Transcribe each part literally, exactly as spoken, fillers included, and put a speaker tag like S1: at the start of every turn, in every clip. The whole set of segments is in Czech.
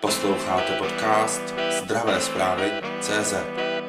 S1: Posloucháte podcast Zdravé zprávy tečka cé zet.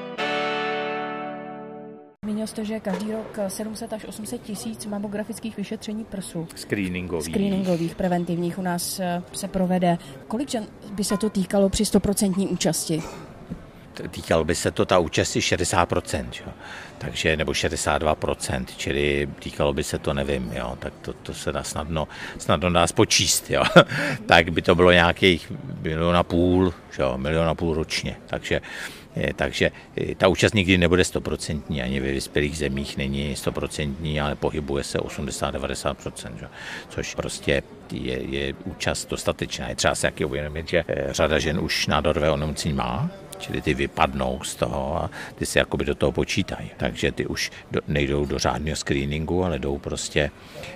S2: Zmínil jste, že každý rok sedm set až osm set tisíc mamografických vyšetření prsu.
S3: Screeningových.
S2: Screeningových, preventivních u nás se provede. Kolik žen by se to týkalo při sto procent účasti?
S3: Týkalo by se to ta účasti šedesát procent, jo. Takže, nebo šedesát dva procent, čili týkalo by se to, nevím, jo, tak to, to se dá snadno, snadno dá spočíst, jo. Tak by to bylo nějakých milion a půl, jo, milion a půl ročně, takže Takže ta účast nikdy nebude stoprocentní, ani ve vyspělých zemích není stoprocentní, ale pohybuje se osmdesát až devadesát procent, že? Což prostě je, je účast dostatečná. Je třeba se taky uvědomit, že řada žen už nádorové onemocnění má, čili ty vypadnou z toho a ty se jakoby do toho počítají. Takže ty už do, nejdou do řádného screeningu, ale jdou prostě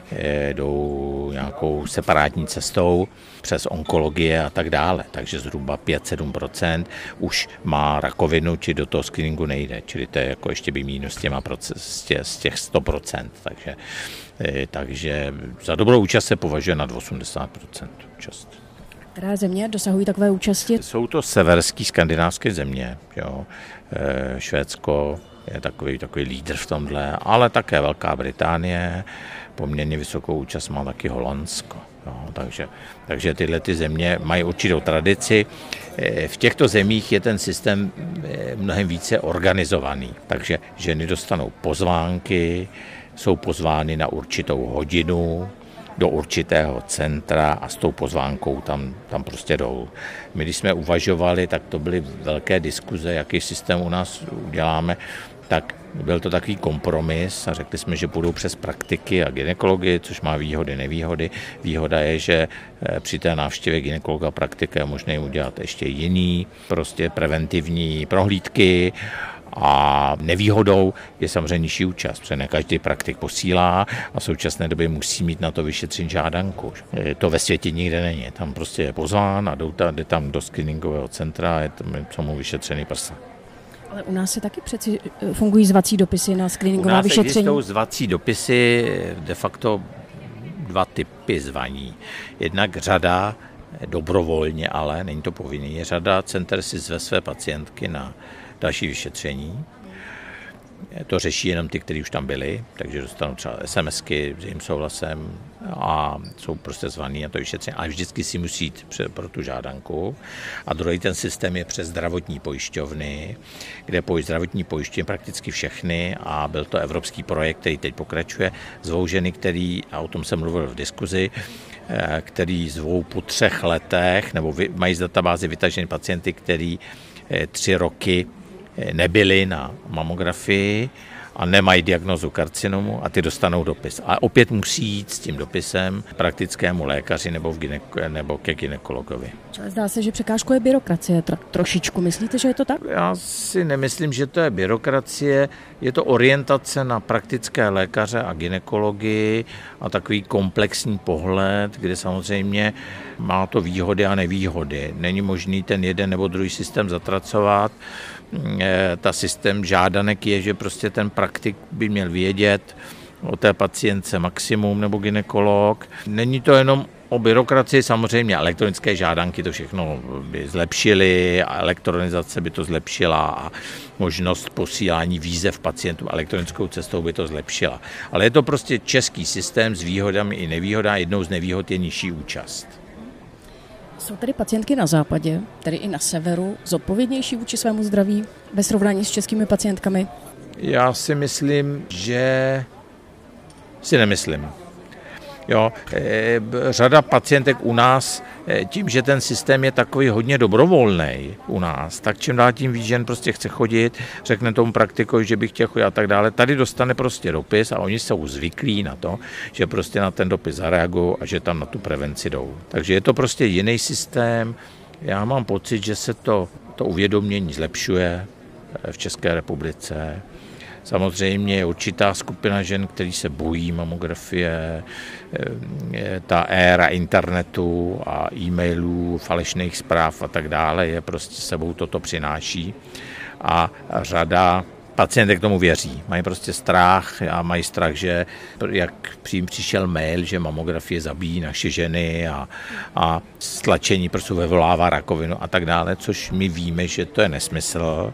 S3: jdou nějakou separátní cestou přes onkologie a tak dále. Takže zhruba pět až sedm procent už má rakovinu, či do toho screeningu nejde. Čili to je jako ještě by mínus těma proces, z těch sto procent. Takže, takže za dobrou účast se považuje nad osmdesát procent účast.
S2: Které země dosahují takové účasti?
S3: Jsou to severské skandinávské země, jo. Švédsko je takový, takový lídr v tomhle, ale také Velká Británie, poměrně vysokou účast má taky Holandsko. Jo. Takže, takže tyhle ty země mají určitou tradici. V těchto zemích je ten systém mnohem více organizovaný, takže ženy dostanou pozvánky, jsou pozvány na určitou hodinu, do určitého centra a s tou pozvánkou tam, tam prostě jdou. My, když jsme uvažovali, tak to byly velké diskuze, jaký systém u nás uděláme, tak byl to takový kompromis a řekli jsme, že půjdou přes praktiky a gynekologii, což má výhody, nevýhody. Výhoda je, že při té návštěvě gynekologa praktika je možné jim udělat ještě jiný, prostě preventivní prohlídky. A nevýhodou je samozřejmě nižší účast, protože ne každý praktik posílá a v současné době musí mít na to vyšetření žádanku. To ve světě nikde není. Tam prostě je pozván a jde tam do screeningového centra a je tam mu vyšetřený prsa.
S2: Ale u nás se taky přeci fungují zvací dopisy na screeningová vyšetření. U nás
S3: existují zvací dopisy, de facto dva typy zvaní. Jednak řada dobrovolně, ale není to povinný, je řada center si zve své pacientky na další vyšetření. To řeší jenom ty, kteří už tam byli, takže dostanou třeba SMSky s jejím souhlasem a jsou prostě zvaný na to vyšetření, ale vždycky si musí jít pro tu žádanku. A druhý ten systém je přes zdravotní pojišťovny, kde po zdravotní pojišťovny prakticky všechny a byl to evropský projekt, který teď pokračuje, zvou ženy, který, a o tom jsem mluvil v diskuzi, který zvou po třech letech, nebo mají z databázy vytažené pacienty, který tři roky nebyli na mamografii a nemají diagnózu karcinomu a ty dostanou dopis. A opět musí jít s tím dopisem k praktickému lékaři nebo, v gyneko, nebo ke gynekologovi.
S2: Zdá se, že překážkou je byrokracie tro, trošičku. Myslíte, že je to tak?
S3: Já si nemyslím, že to je byrokracie. Je to orientace na praktické lékaře a gynekologii a takový komplexní pohled, kde samozřejmě má to výhody a nevýhody. Není možný ten jeden nebo druhý systém zatracovat. Ta systém žádanek je, že prostě ten praktik by měl vědět o té pacientce maximum nebo gynekolog. Není to jenom o byrokracii, samozřejmě elektronické žádanky to všechno by zlepšily a elektronizace by to zlepšila a možnost posílání výzev pacientům elektronickou cestou by to zlepšila. Ale je to prostě český systém s výhodami i nevýhodami. Jednou z nevýhod je nižší účast.
S2: Jsou tedy pacientky na západě, tedy i na severu, zodpovědnější vůči svému zdraví ve srovnání s českými pacientkami?
S3: Já si myslím, že si nemyslím. Jo, e, řada pacientek u nás, e, tím, že ten systém je takový hodně dobrovolný u nás, tak čím dál tím víc žen prostě chce chodit, řekne tomu praktikovi, že by chtěl chodit a tak dále. Tady dostane prostě dopis a oni jsou zvyklí na to, že prostě na ten dopis zareagují a že tam na tu prevenci jdou. Takže je to prostě jiný systém. Já mám pocit, že se to, to uvědomění zlepšuje v České republice. Samozřejmě je určitá skupina žen, který se bojí mamografie, ta éra internetu a e-mailů, falešných zpráv a tak dále, je prostě sebou toto přináší. A řada pacienty k tomu věří. Mají prostě strach a mají strach, že jak přím přišel mail, že mamografie zabíjí naše ženy a, a stlačení prsu vyvolává rakovinu a tak dále, což my víme, že to je nesmysl,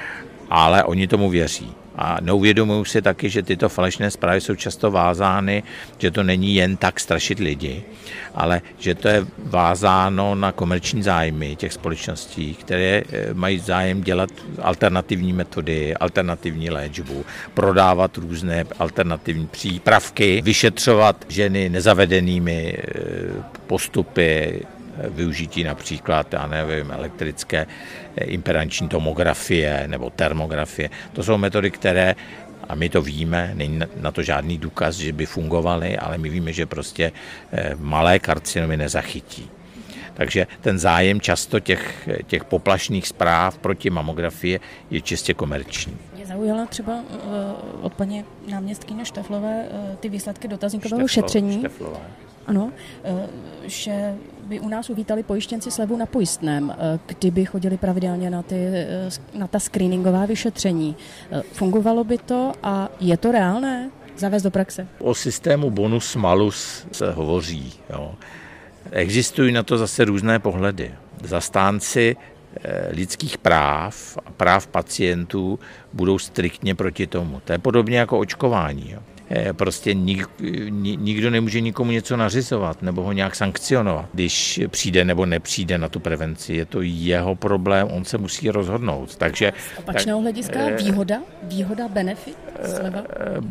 S3: ale oni tomu věří. A neuvědomují si taky, že tyto falešné zprávy jsou často vázány, že to není jen tak strašit lidi, ale že to je vázáno na komerční zájmy těch společností, které mají zájem dělat alternativní metody, alternativní léčbu, prodávat různé alternativní přípravky, vyšetřovat ženy nezavedenými postupy, využití například, já nevím, elektrické impedanční tomografie nebo termografie. To jsou metody, které, a my to víme, není na to žádný důkaz, že by fungovaly, ale my víme, že prostě malé karcinomy nezachytí. Takže ten zájem často těch, těch poplašných zpráv proti mamografii je čistě komerční.
S2: Mě zaujala třeba od paní náměstkyně Šteflové ty výsledky dotazníkového šetření.
S3: Šteflové.
S2: Ano, že by u nás uvítali pojištěnci slevu na pojistném, kdyby chodili pravidelně na, ty, na ta screeningová vyšetření. Fungovalo by to a je to reálné zavést do praxe?
S3: O systému bonus-malus se hovoří. Jo. Existují na to zase různé pohledy. Zastánci lidských práv a práv pacientů budou striktně proti tomu. To je podobně jako očkování. Jo. Prostě nik, nikdo nemůže nikomu něco nařizovat nebo ho nějak sankcionovat, když přijde nebo nepřijde na tu prevenci. Je to jeho problém, on se musí rozhodnout. Takže,
S2: z opačného tak, hlediska výhoda, výhoda, benefit, sleva?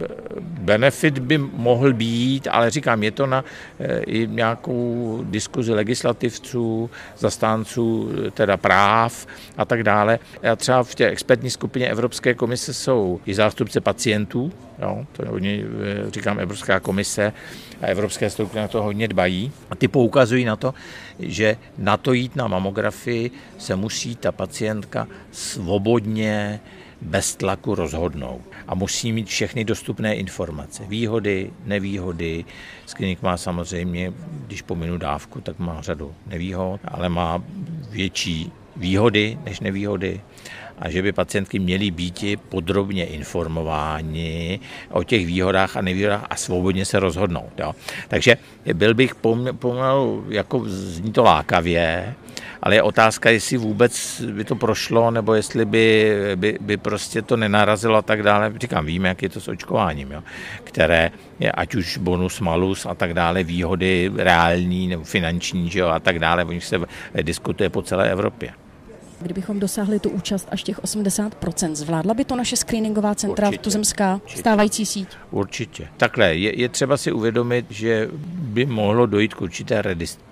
S3: Benefit by mohl být, ale říkám, je to na i nějakou diskuzi legislativců, zastánců teda práv a tak dále. A třeba v té expertní skupině Evropské komise jsou i zástupce pacientů, jo, to hodně, říkám, Evropská komise a evropské struktury na to hodně dbají. A ty poukazují na to, že na to jít na mamografii se musí ta pacientka svobodně, bez tlaku rozhodnout. A musí mít všechny dostupné informace. Výhody, nevýhody. Screening má samozřejmě, když pominu dávku, tak má řadu nevýhod, ale má větší výhody než nevýhody. A že by pacientky měly být podrobně informováni o těch výhodách a nevýhodách a svobodně se rozhodnout. Jo. Takže byl bych pomalu, jako zní to lákavě, ale je otázka, jestli vůbec by to prošlo, nebo jestli by, by, by prostě to nenarazilo a tak dále. Říkám, víme, jak je to s očkováním, jo, které je ať už bonus, malus a tak dále, výhody reální nebo finanční, že jo, a tak dále, o nich se diskutuje po celé Evropě.
S2: Kdybychom dosáhli tu účast až těch osmdesát procent, zvládla by to naše screeningová centra,
S3: určitě,
S2: tuzemská, určitě, stávající síť?
S3: Určitě. Takhle, je, je třeba si uvědomit, že by mohlo dojít k určité redist,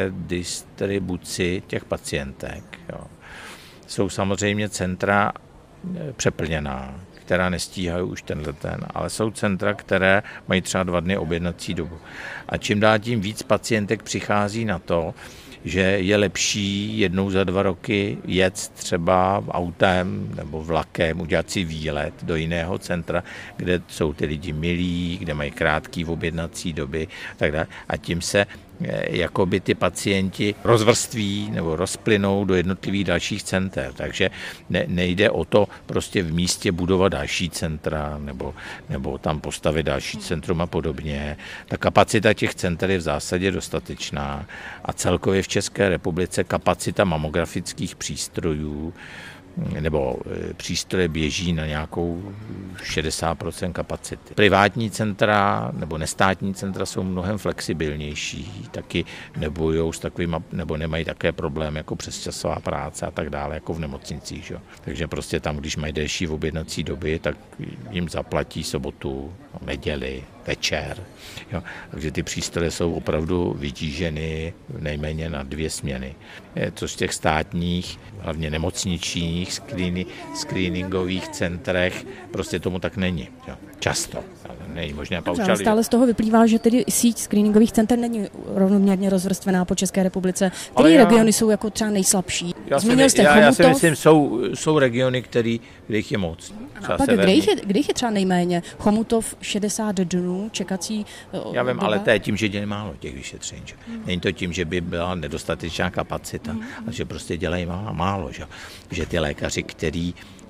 S3: redistribuci těch pacientek. Jo. Jsou samozřejmě centra přeplněná, která nestíhají už tenhle ten, ale jsou centra, které mají třeba dva dny objednací dobu. A čím dál tím víc pacientek přichází na to, že je lepší jednou za dva roky jet třeba autem nebo vlakem, udělat si výlet do jiného centra, kde jsou ty lidi milí, kde mají krátký objednací doby tak dále. A tím se jakoby ty pacienti rozvrství nebo rozplynou do jednotlivých dalších center. Takže ne, nejde o to prostě v místě budovat další centra nebo, nebo tam postavit další centrum a podobně. Ta kapacita těch center je v zásadě dostatečná a celkově v České republice kapacita mamografických přístrojů nebo přístroje běží na nějakou šedesát procent kapacity. Privátní centra nebo nestátní centra jsou mnohem flexibilnější, taky nebojujou s takovými, nebo nemají také problém jako přesčasová práce a tak dále, jako v nemocnicích. Že? Takže prostě tam, když mají delší objednací doby, tak jim zaplatí sobotu, neděli, večer. Jo. Takže ty přístroje jsou opravdu vytíženy nejméně na dvě směny. Co z těch státních, hlavně nemocničních, screeni, screeningových centrech, prostě tomu tak není. Jo. Často. Není možné paušalizovat.
S2: Stále z toho vyplývá, že tedy síť screeningových center není rovnoměrně rozvrstvená po České republice. Které já... regiony jsou jako třeba nejslabší?
S3: Já Zmínil jste já, já si myslím, jsou, jsou regiony, který, kde jich je moc.
S2: A pak kde jich, je, kde jich je třeba nejméně? Chomutov šedesát dnů, čekací
S3: Já vím,
S2: doba.
S3: ale to je tím, že dělají málo těch vyšetření. Hmm. Není to tím, že by byla nedostatečná kapacita, hmm. ale že prostě dělají málo. Že, že ty lékaři, který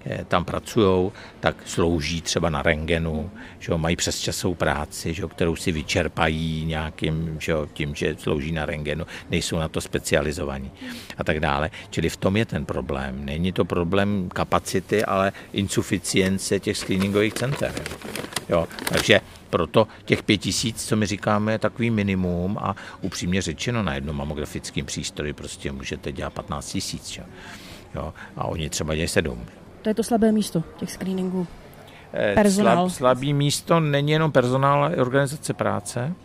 S3: tam pracují, tak slouží třeba na rentgenu, že jo, mají přesčasovou práci, že jo, kterou si vyčerpají nějakým, že jo, tím, že slouží na rentgenu, nejsou na to specializovaní a tak dále. Čili v tom je ten problém. Není to problém kapacity, ale insuficience těch screeningových center. Jo, takže proto těch pět tisíc, co my říkáme, je takový minimum a upřímně řečeno na jednom mamografickém přístroji prostě můžete dělat patnáct tisíc. Jo, a oni třeba dělají sedm.
S2: To je to slabé místo těch screeningů. Personál.
S3: Slab, slabý místo není jenom personál, ale organizace práce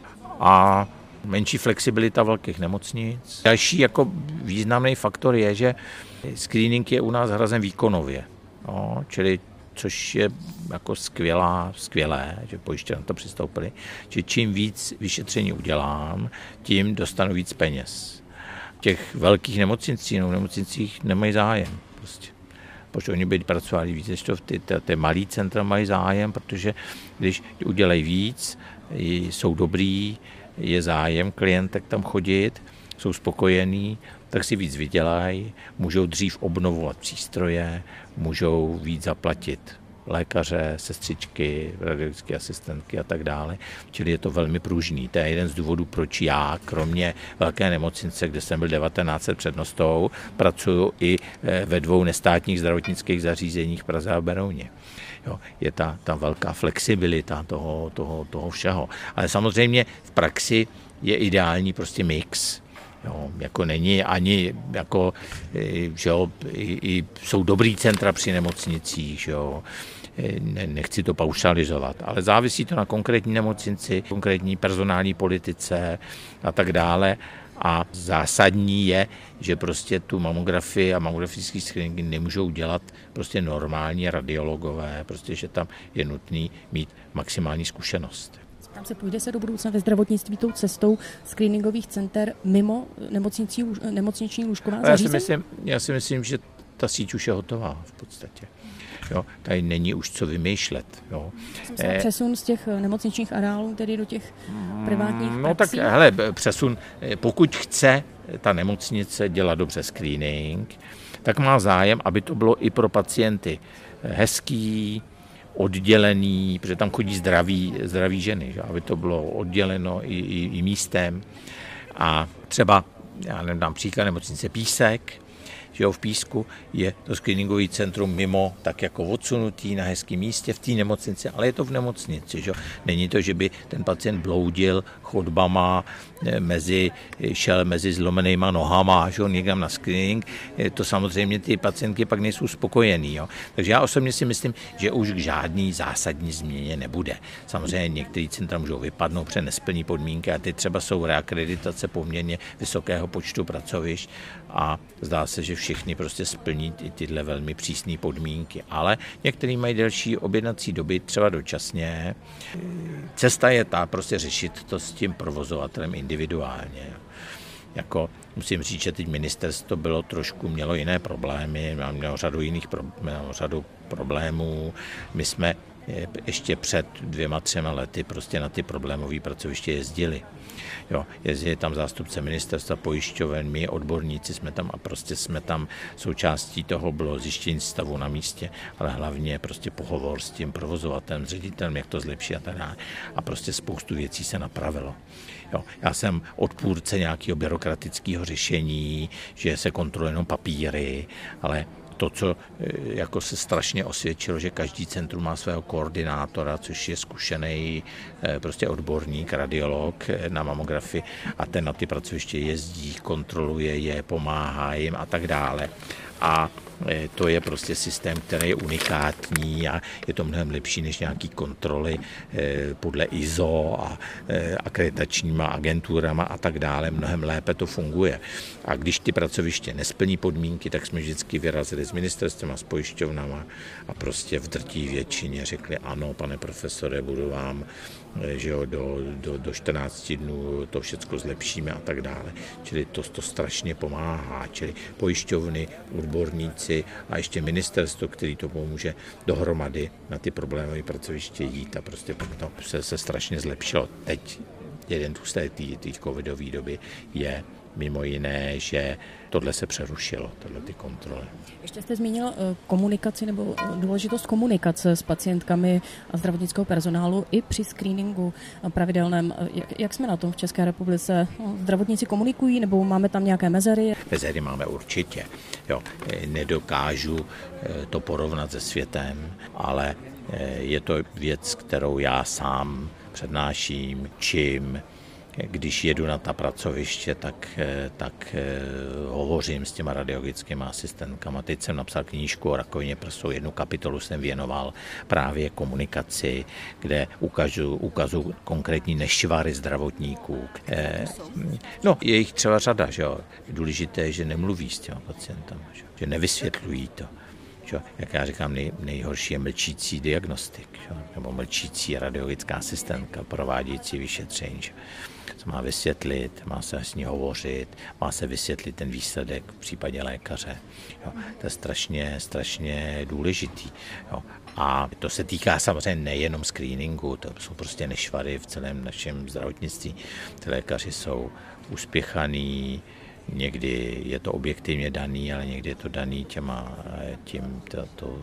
S3: a menší flexibilita velkých nemocnic. Další jako významný faktor je, že screening je u nás hrazen výkonově. No, čili což je jako skvělá, skvělé, že pojišťovny na to přistoupili. Že čím víc vyšetření udělám, tím dostanu víc peněz. V těch velkých nemocnicích, no v nemocnicích nemají zájem prostě. Protože oni by pracovali víc, než to ty, ty, ty malý centra mají zájem, protože když udělají víc, jsou dobrý, je zájem klientek tam chodit, jsou spokojení, tak si víc vydělají, můžou dřív obnovovat přístroje, můžou víc zaplatit lékaře, sestřičky, radiologické asistentky a tak dále. Čili je to velmi pružný. To je jeden z důvodů, proč já, kromě velké nemocnice, kde jsem byl devatenáct let přednostou, pracuji i ve dvou nestátních zdravotnických zařízeních v Praze a Berouně. Jo, je ta, ta velká flexibilita toho, toho, toho všeho. Ale samozřejmě v praxi je ideální prostě mix. Jo, jako není ani, jako, že jo, i, i jsou dobrý centra při nemocnicích, že jo, ne, nechci to paušalizovat, ale závisí to na konkrétní nemocnici, konkrétní personální politice a tak dále. A zásadní je, že prostě tu mamografii a mamografické screeningy nemůžou dělat prostě normální radiologové, prostě, že tam je nutný mít maximální zkušenost.
S2: Tam se půjde se do budoucna ve zdravotnictví tou cestou screeningových center mimo nemocniční, nemocniční lůžková zařízení?
S3: Já si myslím, já si myslím, že ta síť už je hotová v podstatě. Jo, tady není už co vymýšlet. Jo.
S2: Eh, přesun z těch nemocničních areálů tedy do těch privátních
S3: No
S2: praxí?
S3: tak hele, přesun, pokud chce ta nemocnice dělat dobře screening, tak má zájem, aby to bylo i pro pacienty hezký, oddělený, protože tam chodí zdraví, zdraví ženy, že? Aby to bylo odděleno i, i, i místem. A třeba, já nevím, dám příklad, nemocnice Písek, že jo, v Písku je to screeningové centrum mimo tak jako odsunutý na hezkém místě v té nemocnici, ale je to v nemocnici. Že? Není to, že by ten pacient bloudil chodbama, mezi, šel mezi zlomenýma nohama, že? Někam na screening. To samozřejmě ty pacientky pak nejsou spokojený. Jo? Takže já osobně si myslím, že už k žádný zásadní změně nebude. Samozřejmě některé centra můžou vypadnout, protože nesplní podmínky a ty třeba jsou reakreditace poměrně vysokého počtu pracovišť a zdá se, že všichni prostě splní ty, tyhle velmi přísné podmínky, ale některý mají delší objednací doby, třeba dočasně. Cesta je ta prostě řešit to s tím provozovatelem individuálně. Jako musím říct, že teď ministerstvo bylo trošku, mělo jiné problémy, mělo řadu jiných pro, mělo řadu problémů. My jsme ještě před dvěma, třema lety prostě na ty problémové pracoviště jezdili. Jo, jezdili tam zástupce ministerstva, pojišťoven, my odborníci jsme tam a prostě jsme tam, součástí toho bylo zjištění stavu na místě, ale hlavně prostě pohovor s tím provozovatelem, s ředitelem, jak to zlepší a tak dále. A prostě spoustu věcí se napravilo. Jo, já jsem odpůrce nějakého byrokratického řešení, že se kontrolují jenom papíry, ale to, co jako se strašně osvědčilo, že každý centrum má svého koordinátora, což je zkušený prostě odborník, radiolog na mamografii a ten na ty pracoviště jezdí, kontroluje je, pomáhá jim a tak dále. A to je prostě systém, který je unikátní a je to mnohem lepší než nějaký kontroly podle I S O a akreditačníma agenturama a tak dále. Mnohem lépe to funguje. A když ty pracoviště nesplní podmínky, tak jsme vždycky vyrazili s ministerstvem a s pojišťovnama a prostě v drtí většině řekli ano, pane profesore, budu vám, že jo, do, do, do čtrnácti dnů to všechno zlepšíme a tak dále. Čili to, to strašně pomáhá. Čili pojišťovny, odborníci a ještě ministerstvo, který to pomůže dohromady na ty problémové pracoviště jít a prostě to se, se strašně zlepšilo. Teď jeden důsledek té covidové doby je mimo jiné, že tohle se přerušilo, tohle ty kontroly.
S2: Ještě jste zmínil komunikaci nebo důležitost komunikace s pacientkami a zdravotnického personálu i při screeningu pravidelném. Jak, jak jsme na tom v České republice? Zdravotníci komunikují nebo máme tam nějaké mezery?
S3: Mezery máme určitě. Jo, nedokážu to porovnat se světem, ale je to věc, kterou já sám přednáším, čím. Když jedu na ta pracoviště, tak, tak hovořím s těma radiologickými asistentkama. Teď jsem napsal knížku o rakovině prsu, jednu kapitolu jsem věnoval právě komunikaci, kde ukážu, ukazu konkrétní nešvary zdravotníků. No, je jich třeba řada, že jo. Důležité je, že nemluví s těma pacientama, že, že nevysvětlují to. Že? Jak já říkám, nej, nejhorší je mlčící diagnostik, že? Nebo mlčící radiologická asistentka provádějící vyšetření. Že? Co má vysvětlit, má se s ní hovořit, má se vysvětlit ten výsledek v případě lékaře. Jo? To je strašně, strašně důležitý. Jo? A to se týká samozřejmě nejenom screeningu, to jsou prostě nešvary v celém našem zdravotnictví. Ty lékaři jsou uspěchaný, někdy je to objektivně daný, ale někdy je to daný těma, tím, to, to,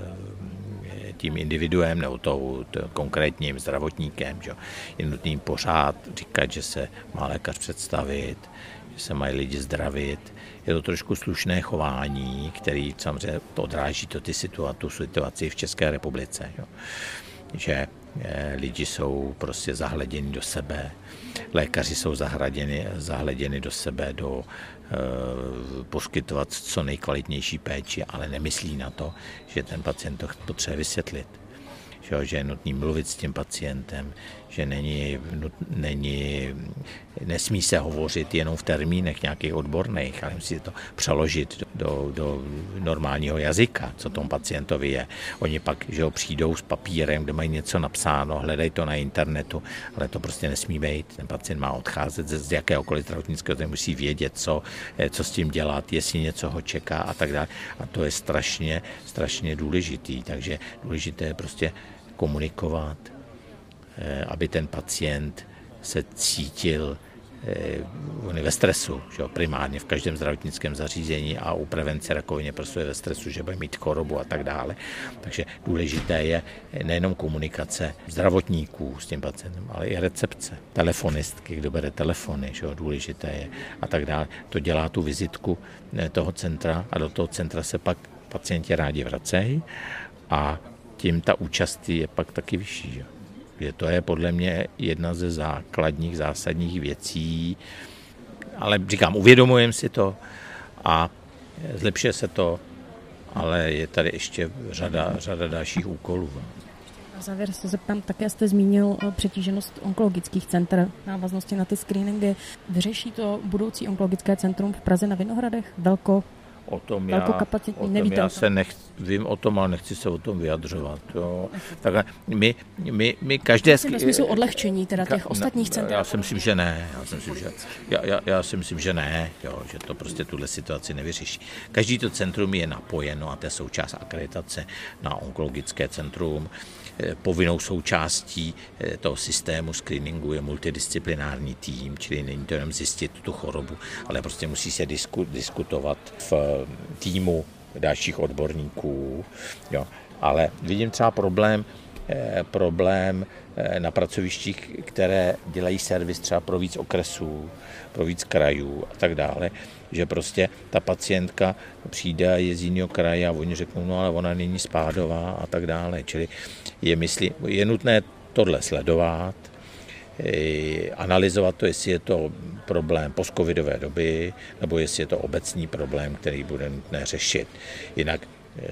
S3: tím individuem nebo tou, to konkrétním zdravotníkem. Že? Je nutný pořád říkat, že se má lékař představit, že se mají lidi zdravit. Je to trošku slušné chování, který samozřejmě odráží to ty situaci, tu situaci v České republice. Že? že lidi jsou prostě zahleděni do sebe, lékaři jsou zahleděni, zahleděni do sebe, do e, poskytovat co nejkvalitnější péči, ale nemyslí na to, že ten pacient to potřebuje vysvětlit. Že, že je nutný mluvit s tím pacientem, že není, není, nesmí se hovořit jenom v termínech nějakých odborných, ale musí to přeložit do, do normálního jazyka, co tomu pacientovi je. Oni pak, že ho přijdou s papírem, kde mají něco napsáno, hledají to na internetu, ale to prostě nesmí být. Ten pacient má odcházet z jakéhokoliv zdravotnického, ten musí vědět, co, co s tím dělat, jestli něco ho čeká a tak dále. A to je strašně, strašně důležitý. Takže důležité je prostě komunikovat, aby ten pacient se cítil on je ve stresu, že jo, primárně v každém zdravotnickém zařízení a u prevence rakoviny prsu je ve stresu, že bude mít chorobu a tak dále. Takže důležité je nejenom komunikace zdravotníků s tím pacientem, ale i recepce, telefonistky, kdo bere telefony, že jo, důležité je a tak dále. To dělá tu vizitku toho centra a do toho centra se pak pacienti rádi vracejí a tím ta účast je pak taky vyšší. Že? Je to je podle mě jedna ze základních, zásadních věcí, ale říkám, uvědomujeme si to a zlepšuje se to, ale je tady ještě řada, řada dalších úkolů.
S2: Na závěr se zeptám, také jste zmínil přetíženost onkologických center v návaznosti na ty screeningy. Vyřeší to budoucí onkologické centrum v Praze na Vinohradech? Velko
S3: O tom já, o tom já se nech, vím o tom, ale nechci se o tom vyjadřovat. Jo. Tak my, my, my každé...
S2: Ve smyslu odlehčení teda těch ostatních center?
S3: Já si myslím, že ne. Já si myslím, že, já, já, já si myslím, že ne, jo, že to prostě tuhle situaci nevyřeší. Každý to centrum je napojeno a to je součást akreditace na onkologické centrum. Povinnou součástí toho systému screeningu je multidisciplinární tým, čili není to jenom zjistit tu chorobu, ale prostě musí se disku, diskutovat v týmu dalších odborníků. Jo. Ale vidím třeba problém, problém na pracovištích, které dělají servis třeba pro víc okresů, pro víc krajů a tak dále, že prostě ta pacientka přijde a je z jiného kraje a oni řeknou, no ale ona není spádová a tak dále. Čili je, myslí, je nutné tohle sledovat, analyzovat to, jestli je to problém postcovidové doby, nebo jestli je to obecný problém, který bude nutné řešit. Jinak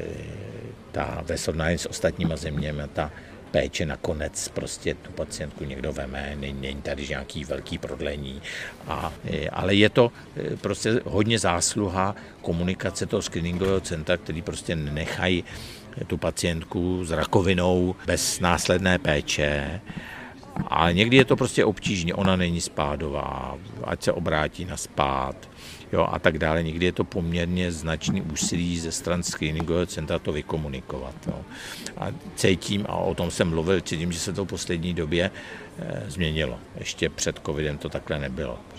S3: ta, ve srovnání s ostatníma zeměmi ta péče nakonec prostě tu pacientku někdo veme, není tady nějaký velký prodlení, a, ale je to prostě hodně zásluha komunikace toho screeningového centra, který prostě nenechají tu pacientku s rakovinou bez následné péče. Ale někdy je to prostě obtížně, ona není spádová, ať se obrátí na spád, jo, a tak dále. Někdy je to poměrně značný úsilí ze stran screeningového centra to vykomunikovat. Jo. A cítím, a o tom jsem mluvil, cítím, že se to v poslední době e, změnilo. Ještě před covidem to takhle nebylo. Prostě.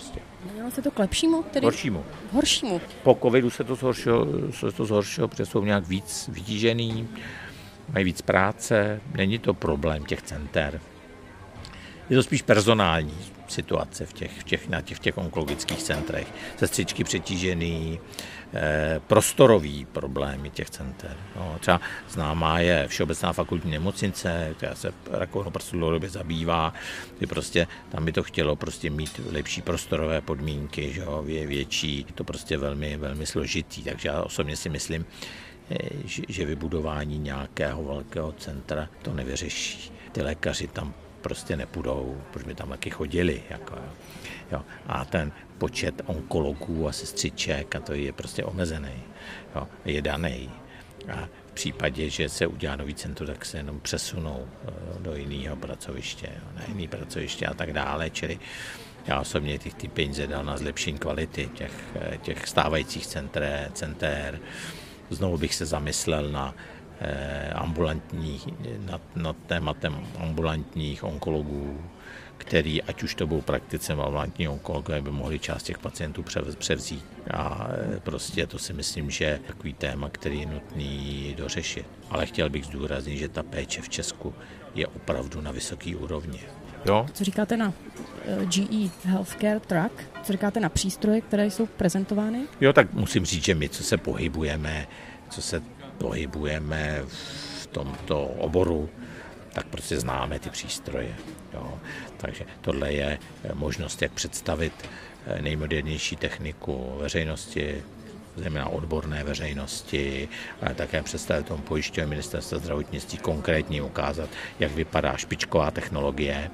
S2: Mělo se to k lepšímu? Tedy?
S3: Horšímu.
S2: Horšímu.
S3: Po covidu se to zhoršilo, se to zhoršilo, protože jsou nějak víc vytížený, mají víc práce, není to problém těch center. Je to spíš personální situace v těch, v těch, na těch, v těch onkologických centrech. Sestřičky přetížený, eh, prostorový problémy těch center. No, třeba známá je Všeobecná fakultní nemocnice, která se rakovinou prsu dlouhodobě zabývá. Ty prostě, tam by to chtělo prostě mít lepší prostorové podmínky, že jo, vě, větší. To prostě velmi, velmi složitý. Takže já osobně si myslím, že, že vybudování nějakého velkého centra to nevyřeší. Ty lékaři tam prostě nepůjdou, protože by tam taky chodili. Jako, jo. A ten počet onkologů a sestřiček, a to je prostě omezený, jo, je daný. A v případě, že se udělá nový centrum, tak se jenom přesunou do jiného pracoviště, jo, na jiné pracoviště a tak dále. Čili já osobně těch ty peníze dal na zlepšení kvality těch, těch stávajících centré, center. Znovu bych se zamyslel na ambulantní, nad, nad tématem ambulantních onkologů, který, ať už to budou praktice ambulantní onkologové, by mohli část těch pacientů převzít. A prostě to si myslím, že je takový téma, který je nutný dořešit. Ale chtěl bych zdůraznit, že ta péče v Česku je opravdu na vysoký úrovni. Jo?
S2: Co říkáte na G E Healthcare Track? Co říkáte na přístroje, které jsou prezentovány?
S3: Jo, tak musím říct, že my, co se pohybujeme, co se pohybujeme v tomto oboru, tak prostě známe ty přístroje. Jo. Takže tohle je možnost, jak představit nejmodernější techniku veřejnosti, zejména odborné veřejnosti, ale také představit tomu pojišťovně ministerstva zdravotnictví konkrétně ukázat, jak vypadá špičková technologie.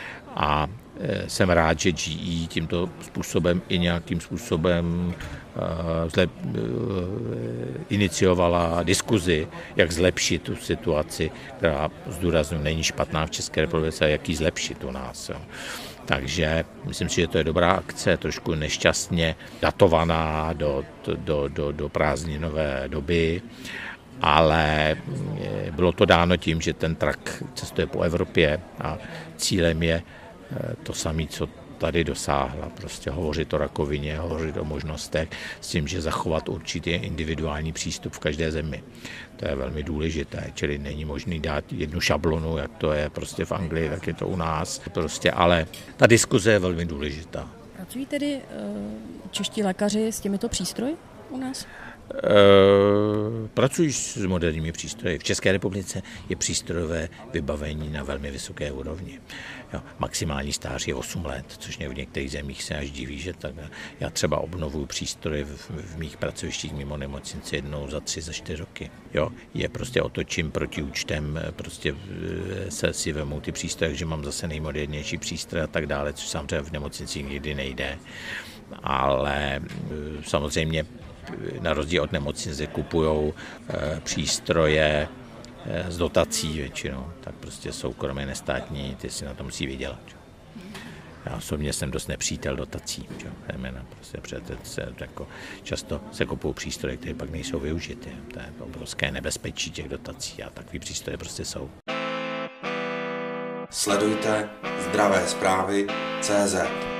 S3: A jsem rád, že G E tímto způsobem i nějakým způsobem zlep, iniciovala diskuzi, jak zlepšit tu situaci, která, zdůrazňuji, není špatná v České republice, jak ji zlepšit u nás. Jo. Takže myslím si, že to je dobrá akce, trošku nešťastně datovaná do, do, do, do prázdninové doby, ale bylo to dáno tím, že ten trak cestuje po Evropě a cílem je to samé, co tady dosáhla. Prostě hovořit o rakovině, hovořit o možnostech s tím, že zachovat určitý individuální přístup v každé zemi. To je velmi důležité, čili není možný dát jednu šablonu, jak to je prostě v Anglii, tak je to u nás. Prostě, ale ta diskuze je velmi důležitá.
S2: Pracují tedy čeští lékaři s těmito přístroji u nás?
S3: Pracují s moderními přístroji. V České republice je přístrojové vybavení na velmi vysoké úrovni. Jo, maximální stáří je osm let, což v některých zemích se až diví, že tak. Já třeba obnovuju přístroje v, v mých pracovištích mimo nemocnici jednou za tři, za čtyři roky. Jo, je prostě otočím proti účtem, prostě se si vemou ty přístroje, že mám zase nejmodernější přístroje a tak dále, což samozřejmě v nemocnici nikdy nejde. Ale samozřejmě na rozdíl od nemocnice kupujou e, přístroje e, s dotací většinou, tak prostě soukromé nestátní, ty si na to musí vydělat. Čo? Já osobně jsem dost nepřítel dotací, čo? Jména, prostě se, jako, často se kupují přístroje, které pak nejsou využity. To je obrovské nebezpečí těch dotací a takový přístroje prostě jsou.
S1: Sledujte Zdravé zprávy tečka cé zet.